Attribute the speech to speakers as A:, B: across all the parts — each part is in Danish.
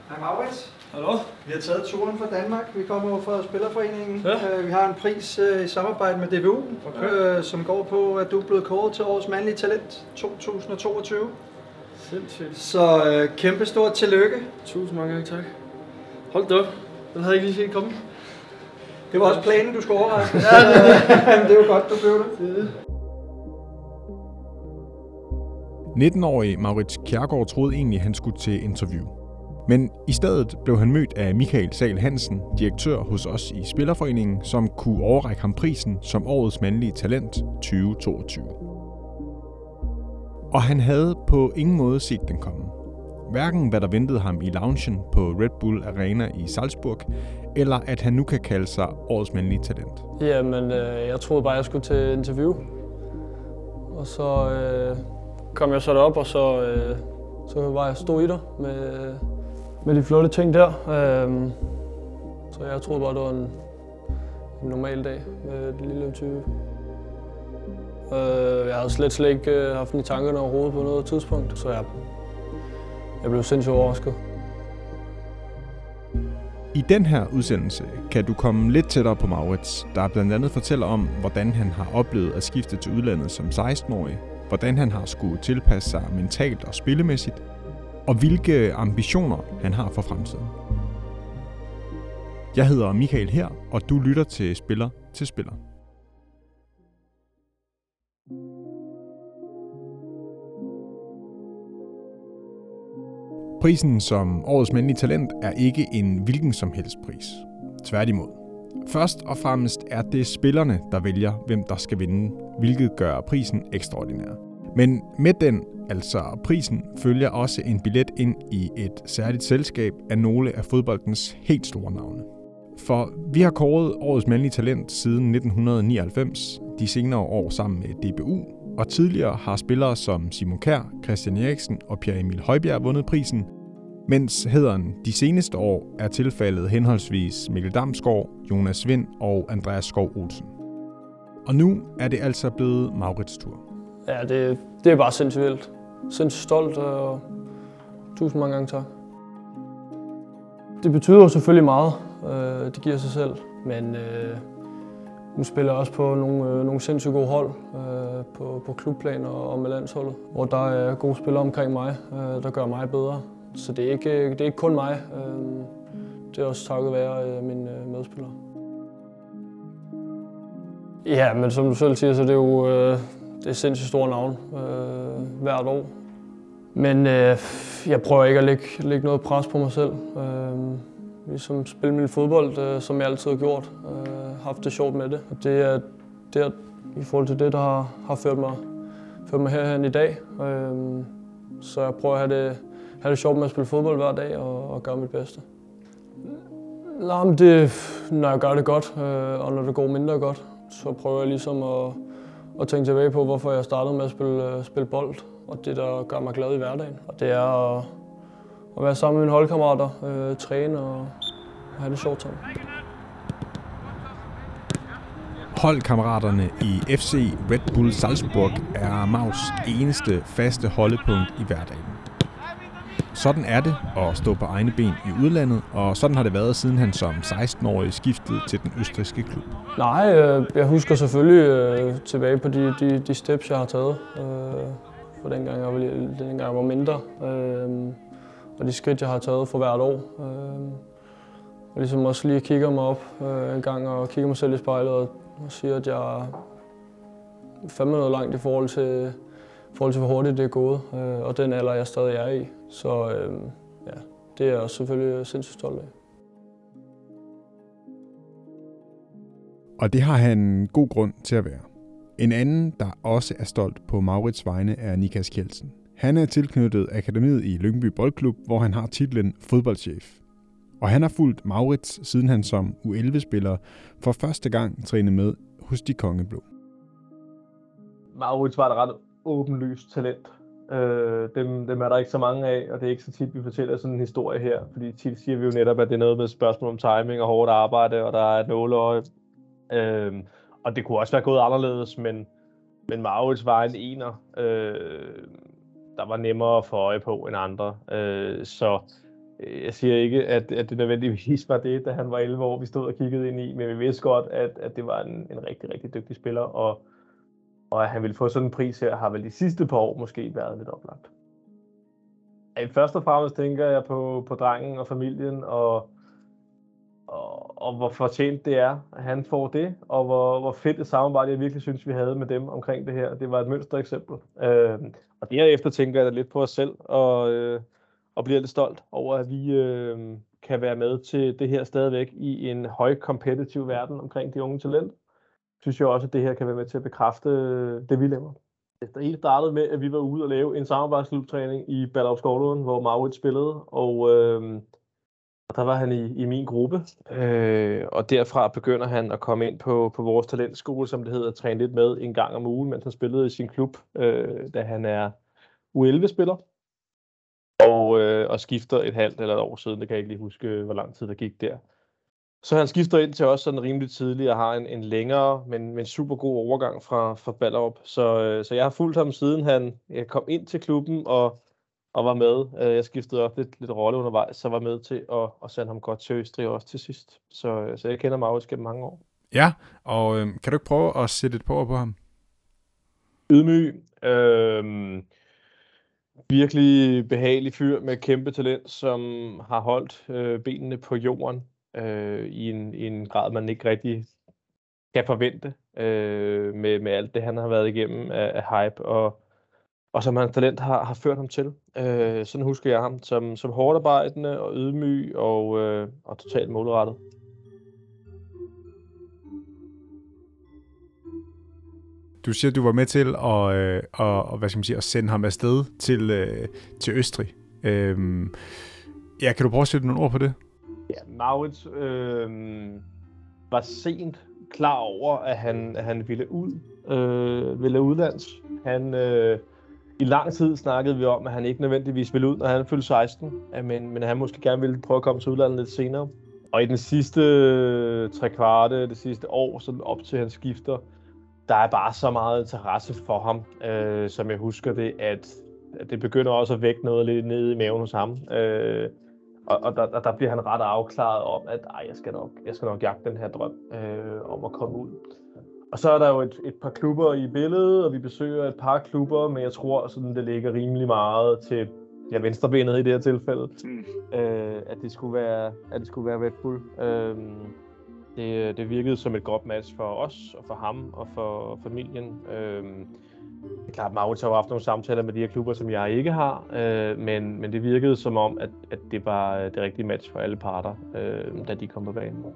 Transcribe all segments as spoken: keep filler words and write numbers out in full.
A: Hej Maurits.
B: Hallo.
A: Vi har taget turen fra Danmark. Vi kommer over fra Spillerforeningen.
B: Ja.
A: Vi har en pris i samarbejde med D B U, okay. som går på, at du er blevet kåret til årets mandlige talent to tusind og toogtyve.
B: Sindssygt.
A: Så kæmpe stort tillykke.
B: Tusind mange gange tak. Hold da op. Den havde jeg ikke lige set komme.
A: Det var også planen, du skulle overraske. Ja, det, det er jo godt, du blev det. det.
C: nitten-årige Maurits Kjærgaard troede egentlig, at han skulle til interview. Men i stedet blev han mødt af Michael Sahl Hansen, direktør hos os i Spillerforeningen, som kunne overrække ham prisen som årets mandlige talent tyve toogtyve. Og han havde på ingen måde set den komme. Hverken hvad der ventede ham i loungen på Red Bull Arena i Salzburg, eller at han nu kan kalde sig årets mandlige talent.
B: Jamen, øh, jeg troede bare, jeg skulle til interview. Og så øh, kom jeg så derop, og så, øh, så var jeg stod i der med, med de flotte ting der. Øh, så jeg troede bare, det var en, en normal dag med det lille interview. Øh, jeg havde slet, slet ikke øh, haft den i tankerne overhovedet på noget tidspunkt, så jeg, jeg blev sindssygt overrasket.
C: I den her udsendelse kan du komme lidt tættere på Maurits, der blandt andet fortæller om, hvordan han har oplevet at skifte til udlandet som seksten-årig, hvordan han har skulle tilpasse sig mentalt og spillemæssigt, og hvilke ambitioner han har for fremtiden. Jeg hedder Michael her, og du lytter til Spiller til Spiller. Prisen som årets mandlige talent er ikke en hvilken som helst pris. Tværtimod. Først og fremmest er det spillerne, der vælger, hvem der skal vinde, hvilket gør prisen ekstraordinær. Men med den, altså prisen, følger også en billet ind i et særligt selskab af nogle af fodboldens helt store navne. For vi har kåret årets mandlige talent siden nitten nioghalvfems, de senere år sammen med D B U, og tidligere har spillere som Simon Kjær, Christian Eriksen og Pierre Emil Højbjerg vundet prisen, mens hæderen de seneste år er tilfaldet henholdsvis Mikkel Damsgaard, Jonas Vind og Andreas Skov Olsen. Og nu er det altså blevet Maurits tur.
B: Ja, det, det er bare sindssygt vildt. Sindssygt stolt, og tusind mange gange tak. Det betyder jo selvfølgelig meget, øh, det giver sig selv, men øh, nu spiller jeg også på nogle, øh, nogle sindssygt gode hold øh, på, på klubplan og, og med landsholdet, hvor der er gode spillere omkring mig, øh, der gør mig bedre. Så det er ikke, det er ikke kun mig, øh, det er også takket være øh, mine øh, medspillere. Ja, men som du selv siger, så det er jo øh, det er sindssygt store navn øh, hvert år. Men øh, jeg prøver ikke at lægge, lægge noget pres på mig selv. Øh, ligesom spille min fodbold, øh, som jeg altid har gjort. Øh, haft det sjovt med det. Og det er, det er i forhold til det, der har, har ført, mig, ført mig herhen i dag. Øh, så jeg prøver at have det, have det sjovt med at spille fodbold hver dag og, og gøre mit bedste. Nej, men det, når jeg gør det godt, øh, og når det går mindre godt, så prøver jeg ligesom at, at tænke tilbage på, hvorfor jeg startede med at spille, spille bold. Og det, der gør mig glad i hverdagen. Og det er at, at være sammen med mine holdkammerater, øh, træne og have det sjovt sammen.
C: Holdkammeraterne i F C Red Bull Salzburg er Maus eneste faste holdepunkt i hverdagen. Sådan er det at stå på egne ben i udlandet, og sådan har det været, siden han som seksten-årig skiftede til den østrigske klub.
B: Nej, øh, jeg husker selvfølgelig øh, tilbage på de, de, de steps, jeg har taget. Øh, for dengang jeg, var, dengang jeg var mindre. Øh, og de skridt, jeg har taget for hvert år. Øh, og ligesom også lige kigger mig op øh, en gang og kigger mig selv i spejlet og, og siger, at jeg er fandme noget langt i forhold til, i forhold til hvor hurtigt det er gået. Øh, og den alder, jeg stadig er i. Så øh, ja, det er jeg selvfølgelig sindssygt stolt af.
C: Og det har han god grund til at være. En anden, der også er stolt på Maurits vegne, er Nikas Kjeldsen. Han er tilknyttet akademiet i Lyngby Boldklub, hvor han har titlen fodboldchef. Og han har fulgt Maurits, siden han som U elleve-spiller for første gang trænede med hos de Kongeblå.
D: Maurits var et ret åbenlyst talent. Øh, dem, dem er der ikke så mange af, og det er ikke så tit, vi fortæller sådan en historie her. Fordi tit siger vi jo netop, at det er noget med spørgsmål om timing og hårdt arbejde, og der er et nåleøje. Øh, og det kunne også være gået anderledes, men, men Maurits var en ener, øh, der var nemmere at få øje på end andre. Øh, så jeg siger ikke, at, at det nødvendigvis var det, da han var elleve år, vi stod og kiggede ind i, men vi vidste godt, at, at det var en, en rigtig, rigtig dygtig spiller, og, og at han ville få sådan en pris her, har vel de sidste par år måske været lidt oplagt. Først og fremmest tænker jeg på, på drengen og familien, og, og, og hvor fortjent det er, at han får det, og hvor, hvor fedt et samarbejde jeg virkelig synes, vi havde med dem omkring det her. Det var et mønstereksempel. Øh, og derefter tænker jeg da lidt på os selv, og, øh, og bliver lidt stolt over, at vi øh, kan være med til det her stadigvæk i en høj kompetitiv verden omkring de unge talent. Synes jeg også, at det her kan være med til at bekræfte det, vi laver. Det hele startede med, at vi var ude og lave en samarbejdsklubtræning i Ballerup Skovlund, hvor Maurits spillede, og øh, der var han i, i min gruppe, øh, og derfra begynder han at komme ind på, på vores talentskole, som det hedder, at træne lidt med en gang om ugen, mens han spillede i sin klub, øh, da han er U elleve-spiller, og, øh, og skifter et halvt eller et år siden, det kan jeg ikke lige huske, hvor lang tid der gik der. Så han skifter ind til os sådan rimelig tidligt og har en, en længere, men, men super god overgang fra, fra Ballerup. Så, øh, så jeg har fulgt ham siden han jeg kom ind til klubben og, og var med. Jeg skiftede op lidt, lidt rolle undervejs, så var med til at, at sende ham godt til Østrig også til sidst. Så, så jeg kender Maurits gennem mange år.
C: Ja, og øh, kan du ikke prøve at sætte et par ord på ham?
D: Ydmyg. Øh, virkelig behagelig fyr med kæmpe talent, som har holdt øh, benene på jorden. Øh, i, en, i en grad, man ikke rigtig kan forvente øh, med, med alt det, han har været igennem af, af hype, og, og som hans talent har, har ført ham til. Øh, sådan husker jeg ham, som, som hårdt arbejdende og ydmyg og, øh, og totalt målrettet.
C: Du siger, at du var med til at, øh, at, hvad skal man sige, at sende ham afsted til, øh, til Østrig. Øh, ja, kan du prøve at sætte nogle ord på det?
D: Ja, Maurits øh, var sent klar over, at han, at han ville ud, øh, ville udlands. Han, øh, I lang tid snakkede vi om, at han ikke nødvendigvis ville ud, når han fyldte seksten, men, men han måske gerne ville prøve at komme til udlandet lidt senere. Og i den sidste øh, tre kvarte, det sidste år, sådan op til han skifter, der er bare så meget interesse for ham, øh, som jeg husker det, at, at det begynder også at vække noget lidt nede i maven hos ham. Øh, Og, og der, der bliver han ret afklaret om, at ej, jeg skal nok, jeg skal nok jagte den her drøm øh, om at komme ud. Og så er der jo et, et par klubber i billedet, og vi besøger et par klubber, men jeg tror, sådan, det ligger rimelig meget til ja, venstrebenet i det her tilfælde, mm. øh, at det skulle være, at det skulle være Red Bull. Øh, det, det virkede som et godt match for os og for ham og for familien. Øh, Det er klart, at Maurits har haft nogle samtaler med de her klubber, som jeg ikke har, øh, men, men det virkede som om, at, at det var det rigtige match for alle parter, øh, da de kom på banen.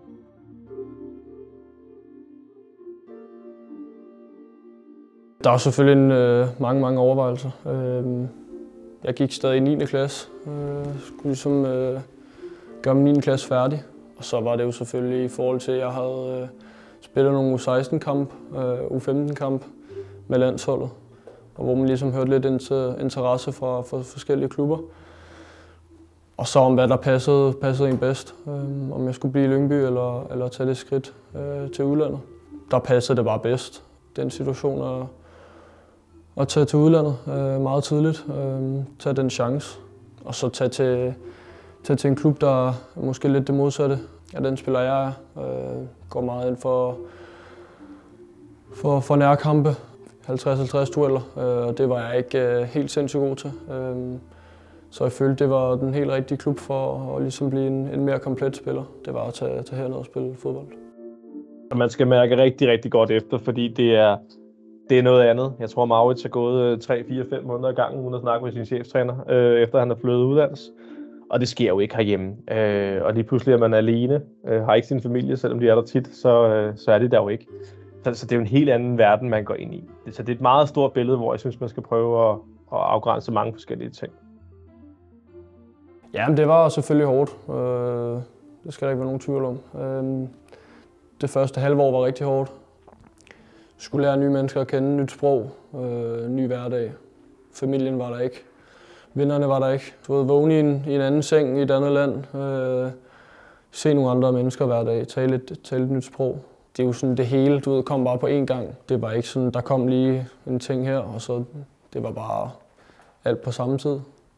B: Der var selvfølgelig en, øh, mange, mange overvejelser. Øh, jeg gik stadig i niende klasse, øh, skulle ligesom øh, gøre min niende klasse færdig. Og så var det jo selvfølgelig i forhold til, at jeg havde øh, spillet nogle U seksten-kamp, øh, U femten-kamp med landsholdet, og hvor man ligesom hørte lidt interesse fra, fra forskellige klubber. Og så om hvad der passede, passede en bedst. Øh, om jeg skulle blive i Lyngby eller, eller tage det skridt øh, til udlandet. Der passede det bare bedst, den situation at, at tage til udlandet øh, meget tidligt. Øh, tage den chance, og så tage til, tage til en klub, der er måske lidt det modsatte af den spiller jeg er. Øh, går meget ind for, for, for nærkampe. halvtreds halvtreds dueller, og det var jeg ikke helt sindssygt god til. Så jeg følte, det var den helt rigtige klub for at ligesom blive en, en mere komplet spiller. Det var at tage, tage herned og spille fodbold.
D: Man skal mærke rigtig, rigtig godt efter, fordi det er, det er noget andet. Jeg tror, Maurits har gået tre, fire, fem måneder i gang uden at snakke med sin cheftræner, øh, efter han er flyttet udlands. Og det sker jo ikke herhjemme. Øh, og lige pludselig er man alene, øh, har ikke sin familie, selvom de er der tit, så, øh, så er det der jo ikke. Så, så det er jo en helt anden verden, man går ind i. Så det er et meget stort billede, hvor jeg synes, man skal prøve at, at afgrænse mange forskellige ting.
B: Jamen, det var selvfølgelig hårdt. Øh, det skal der ikke være nogen tvivl om. Øh, det første halve år var rigtig hårdt. Skulle lære nye mennesker at kende, nyt sprog, øh, ny hverdag. Familien var der ikke. Vennerne var der ikke. Du ved, vågne i en, i en anden seng i et andet land. Øh, se nogle andre mennesker hver dag. Tale et, tale et nyt sprog. Det er jo sådan det hele, du ved, kom bare på én gang. Det var ikke sådan, der kom lige en ting her, og så det var bare alt på samme tid.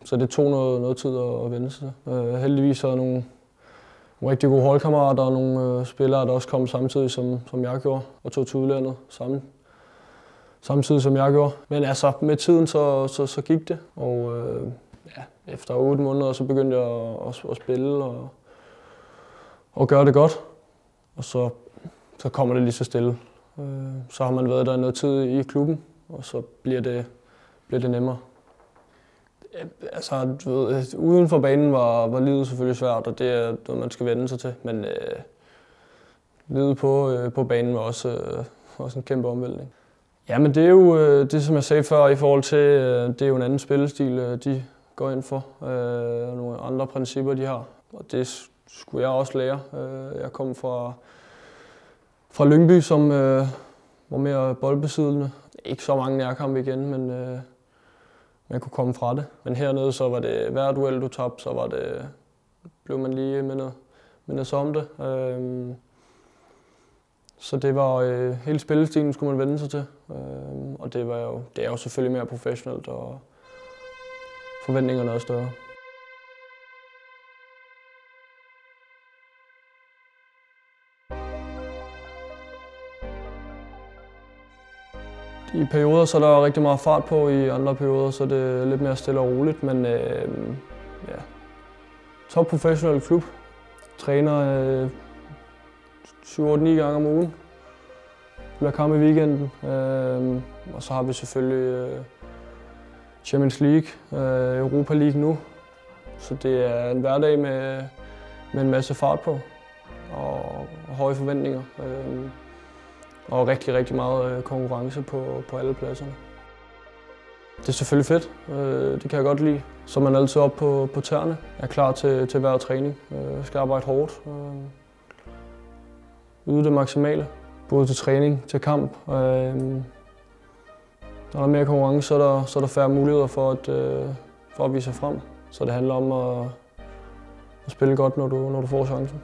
B: så det tog noget, noget tid at, at vende sig til. Øh, heldigvis havde jeg nogle, nogle rigtig gode holdkammerater og nogle øh, spillere, der også kom samtidig, som, som jeg gjorde, og tog til udlandet samme, samtidig, som jeg gjorde. Men altså, med tiden så, så, så gik det, og øh, ja, efter otte måneder så begyndte jeg at, at, at spille og, og gøre det godt. Og så, så kommer det lige så stille. Øh, så har man været der noget tid i klubben, og så bliver det, bliver det nemmere. Altså, du ved, uden for banen var, var livet selvfølgelig svært, og det er noget, man skal vende sig til. Men øh, livet på, øh, på banen var også, øh, også en kæmpe omvæltning. Ja, men det er jo øh, det, som jeg sagde før, i forhold til, øh, det er jo en anden spillestil, øh, de går ind for. Øh, nogle andre principper, de har. Og det skulle jeg også lære. Øh, jeg kom fra, fra Lyngby, som øh, var mere boldbesiddende. Ikke så mange nærkampe igen, men øh, man kunne komme fra det. Men hernede så var det hver duel, du tabte, så var det, blev man lige mindet, mindet sig om det. Øh, så det var øh, hele spillestilen skulle man vende sig til. Øh, og det, var jo, det er jo selvfølgelig mere professionelt, og forventningerne er større. I perioder så er der rigtig meget fart på, i andre perioder så er det lidt mere stille og roligt, men øh, ja, top professionel klub. Træner øh, syv otte ni gange om ugen. Spiller kamp i weekenden, øh, og så har vi selvfølgelig øh, Champions League, øh, Europa League nu. Så det er en hverdag med, med en masse fart på og, og høje forventninger. Øh, Og rigtig, rigtig meget konkurrence på, på alle pladserne. Det er selvfølgelig fedt. Det kan jeg godt lide. Så er man altid op på, på tæerne. Jeg er klar til, til hver træning. Jeg skal arbejde hårdt. Yde det maksimale. Både til træning, til kamp. Når der er mere konkurrence, så er der, så er der færre muligheder for at, for at vise sig frem. Så det handler om at, at spille godt, når du, når du får chancen.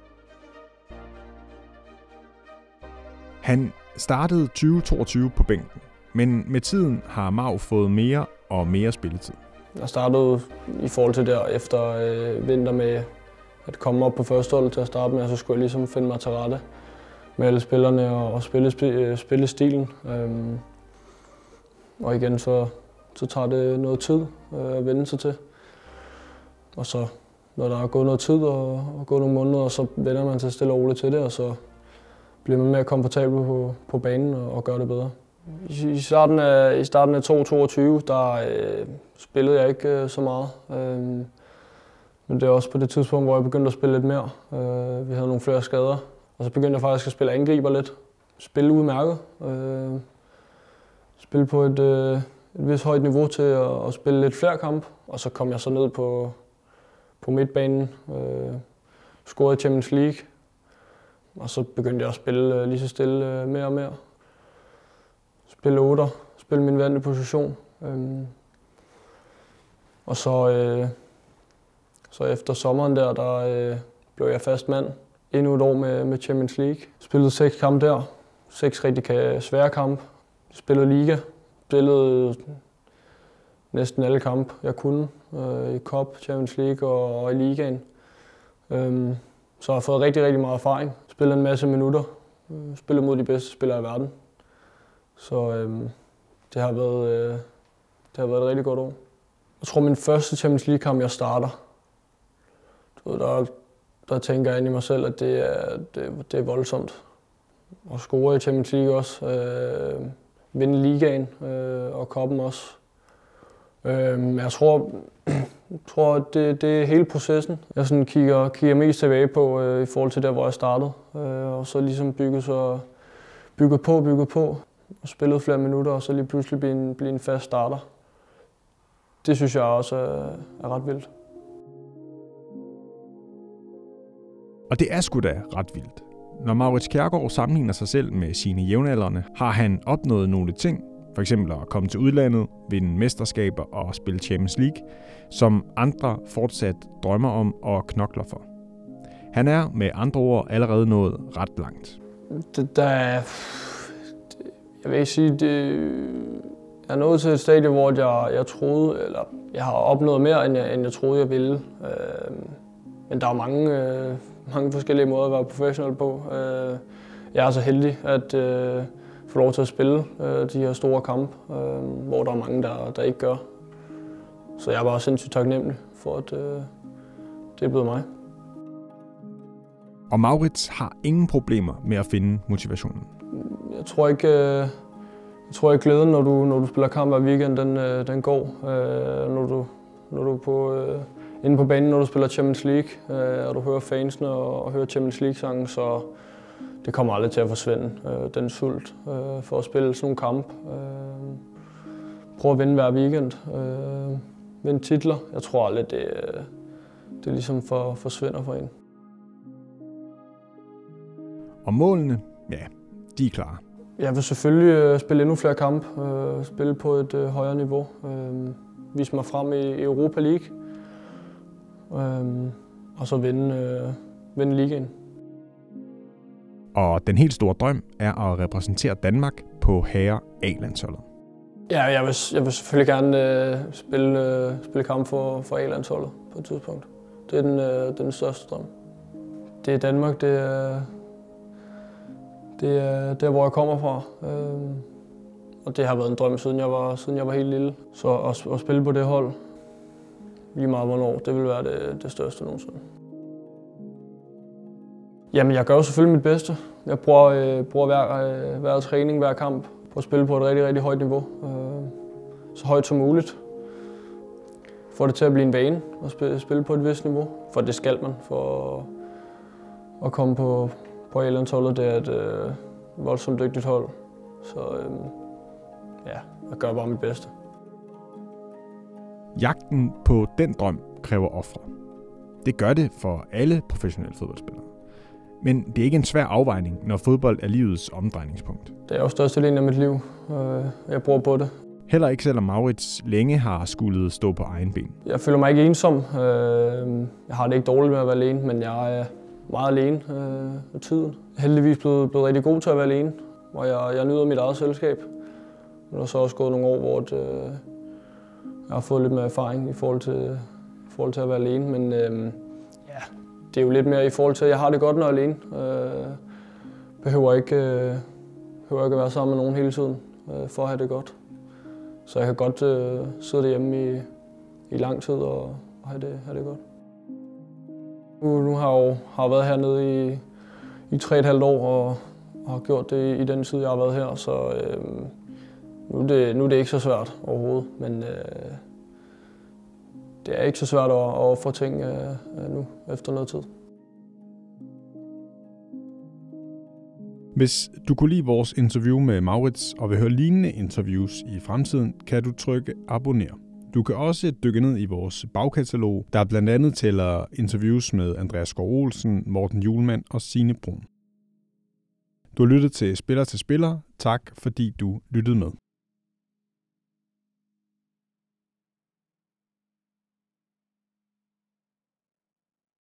C: Han startede tyve toogtyve på bænken, men med tiden har Marv fået mere og mere spilletid.
B: Jeg startede i forhold til der efter øh, vinter med at komme op på førsteholdet til at starte med, og så skulle jeg ligesom finde mig til rette med alle spillerne og, og spille, spille stilen. Øhm, og igen, så, så tager det noget tid øh, at vende sig til. Og så, når der er gået noget tid og, og gået nogle måneder, så vender man sig stille og roligt til det, og så bliver man mere komfortabel på, på banen og, og gør det bedre. I, i starten af, i starten af to toogtyve, der øh, spillede jeg ikke øh, så meget. Øh, men det er også på det tidspunkt, hvor jeg begyndte at spille lidt mere. Øh, vi havde nogle flere skader, og så begyndte jeg faktisk at spille angriber lidt. Spille udmærket. Øh, spille på et, øh, et vist højt niveau til at, at spille lidt flere kampe. Og så kom jeg så ned på, på midtbanen. Øh, scorede i Champions League. Og så begyndte jeg at spille lige så stille mere og mere. Spille otter, spille min vante position. Øhm. Og så, øh, så efter sommeren der, der øh, blev jeg fast mand. Endnu et år med, med Champions League. Spillede seks kampe der. Seks rigtig svære kampe. Spillede liga. Spillede næsten alle kampe, jeg kunne. Øh, I Cup, Champions League og, og i ligaen. Øhm. Så jeg har fået rigtig, rigtig meget erfaring. Spillet en masse minutter. Spillet mod de bedste spillere i verden. Så øhm, det, har været, øh, det har været et rigtig godt år. Jeg tror, min første Champions League-kamp, jeg starter, du ved, der, der tænker jeg ind i mig selv, at det er, det, det er voldsomt. Og score i Champions League også. Øh, vinde ligaen øh, og cuppen også. Øh, jeg tror... Jeg tror, at det, det er hele processen. Jeg sådan kigger, kigger mest tilbage på øh, i forhold til der, hvor jeg startede. Øh, og så ligesom bygget, så, bygget på, bygget på. Og spillet flere minutter, og så lige pludselig blive en, blive en fast starter. Det synes jeg også er, er ret vildt.
C: Og det er sgu da ret vildt. Når Maurits Kjærgaard sammenligner sig selv med sine jævnaldrende, har han opnået nogle ting, for eksempel at komme til udlandet, vinde mesterskaber og spille Champions League, som andre fortsat drømmer om og knokler for. Han er med andre ord allerede nået ret langt.
B: Det, der er, jeg vil ikke sige, det, Jeg er nået til et stadie, hvor jeg, jeg troede, eller jeg har opnået mere, end jeg, end jeg troede, jeg ville. Øh, men der er mange, øh, mange forskellige måder at være professionel på. Øh, jeg er så heldig at øh, få lov til at spille øh, de her store kampe, øh, hvor der er mange, der, der ikke gør. Så jeg er bare sindssygt taknemmelig for, at øh, det er blevet mig.
C: Og Maurits har ingen problemer med at finde motivationen.
B: Jeg tror ikke, øh, jeg tror ikke glæden, når du, når du spiller kamp hver weekend, den, øh, den går. Øh, når du, når du er på, øh, inde på banen, når du spiller Champions League, øh, og du hører fansene og, og hører Champions League-sange, så det kommer aldrig til at forsvinde. Øh, den sult øh, for at spille sådan nogle kamp. Øh, prøv at vinde hver weekend. Øh, vinde titler. Jeg tror aldrig, det, det ligesom for, forsvinder for en.
C: Og målene, ja, de er klare.
B: Jeg vil selvfølgelig øh, spille endnu flere kampe, øh, spille på et øh, højere niveau, øh, vise mig frem i Europa League, øh, og så vinde, øh, vinde ligaen.
C: Og den helt store drøm er at repræsentere Danmark på herre A-landsholdet.
B: Ja, jeg vil, jeg vil selvfølgelig gerne øh, spille, øh, spille kamp for, for A-landsholdet på et tidspunkt. Det er den, øh, den største drøm. Det er Danmark, det er, det er der, hvor jeg kommer fra. Øh, og det har været en drøm, siden jeg var, siden jeg var helt lille. Så at, at spille på det hold, lige meget hvornår, det vil være det, det største nogensinde. Jamen, jeg gør jo selvfølgelig mit bedste. Jeg bruger, øh, bruger hver, øh, hver træning, hver kamp på at spille på et rigtig, rigtig højt niveau. Øh, så højt som muligt. Få det til at blive en vane at spille, spille på et vist niveau. For det skal man for at, at komme på, på A-landsholdet. Det er et øh, voldsomt dygtigt hold. Så øh, ja, jeg gør bare mit bedste.
C: Jagten på den drøm kræver ofre. Det gør det for alle professionelle fodboldspillere. Men det er ikke en svær afvejning, når fodbold er livets omdrejningspunkt.
B: Det er jo størstedelen af mit liv. Jeg bruger på det.
C: Heller ikke selvom Maurits længe har skulle stå på egen ben.
B: Jeg føler mig ikke ensom. Jeg har det ikke dårligt med at være alene, men jeg er meget alene med tiden. Jeg er heldigvis blevet, blevet rigtig god til at være alene, og jeg, jeg nyder mit eget selskab. Men der er så også gået nogle år, hvor jeg har fået lidt mere erfaring i forhold til, i forhold til at være alene. Men ja, det er jo lidt mere i forhold til, at jeg har det godt, når jeg er alene. Jeg behøver ikke, behøver ikke at være sammen med nogen hele tiden for at have det godt. Så jeg kan godt øh, sidde derhjemme i, i lang tid og, og have, det, have det godt. Nu, nu har jeg jo har været hernede i, i tre og et halvt år og, og har gjort det i den tid, jeg har været her. Så øh, nu, er det, nu er det ikke så svært overhovedet, men øh, det er ikke så svært at, at få ting øh, nu efter noget tid.
C: Hvis du kunne lide vores interview med Maurits og vil høre lignende interviews i fremtiden, kan du trykke abonner. Du kan også dykke ned i vores bagkatalog, der blandt andet tæller interviews med Andreas Skov Olsen, Morten Hjulmand og Signe Brun. Du har lyttet til Spiller til Spiller. Tak fordi du lyttede med.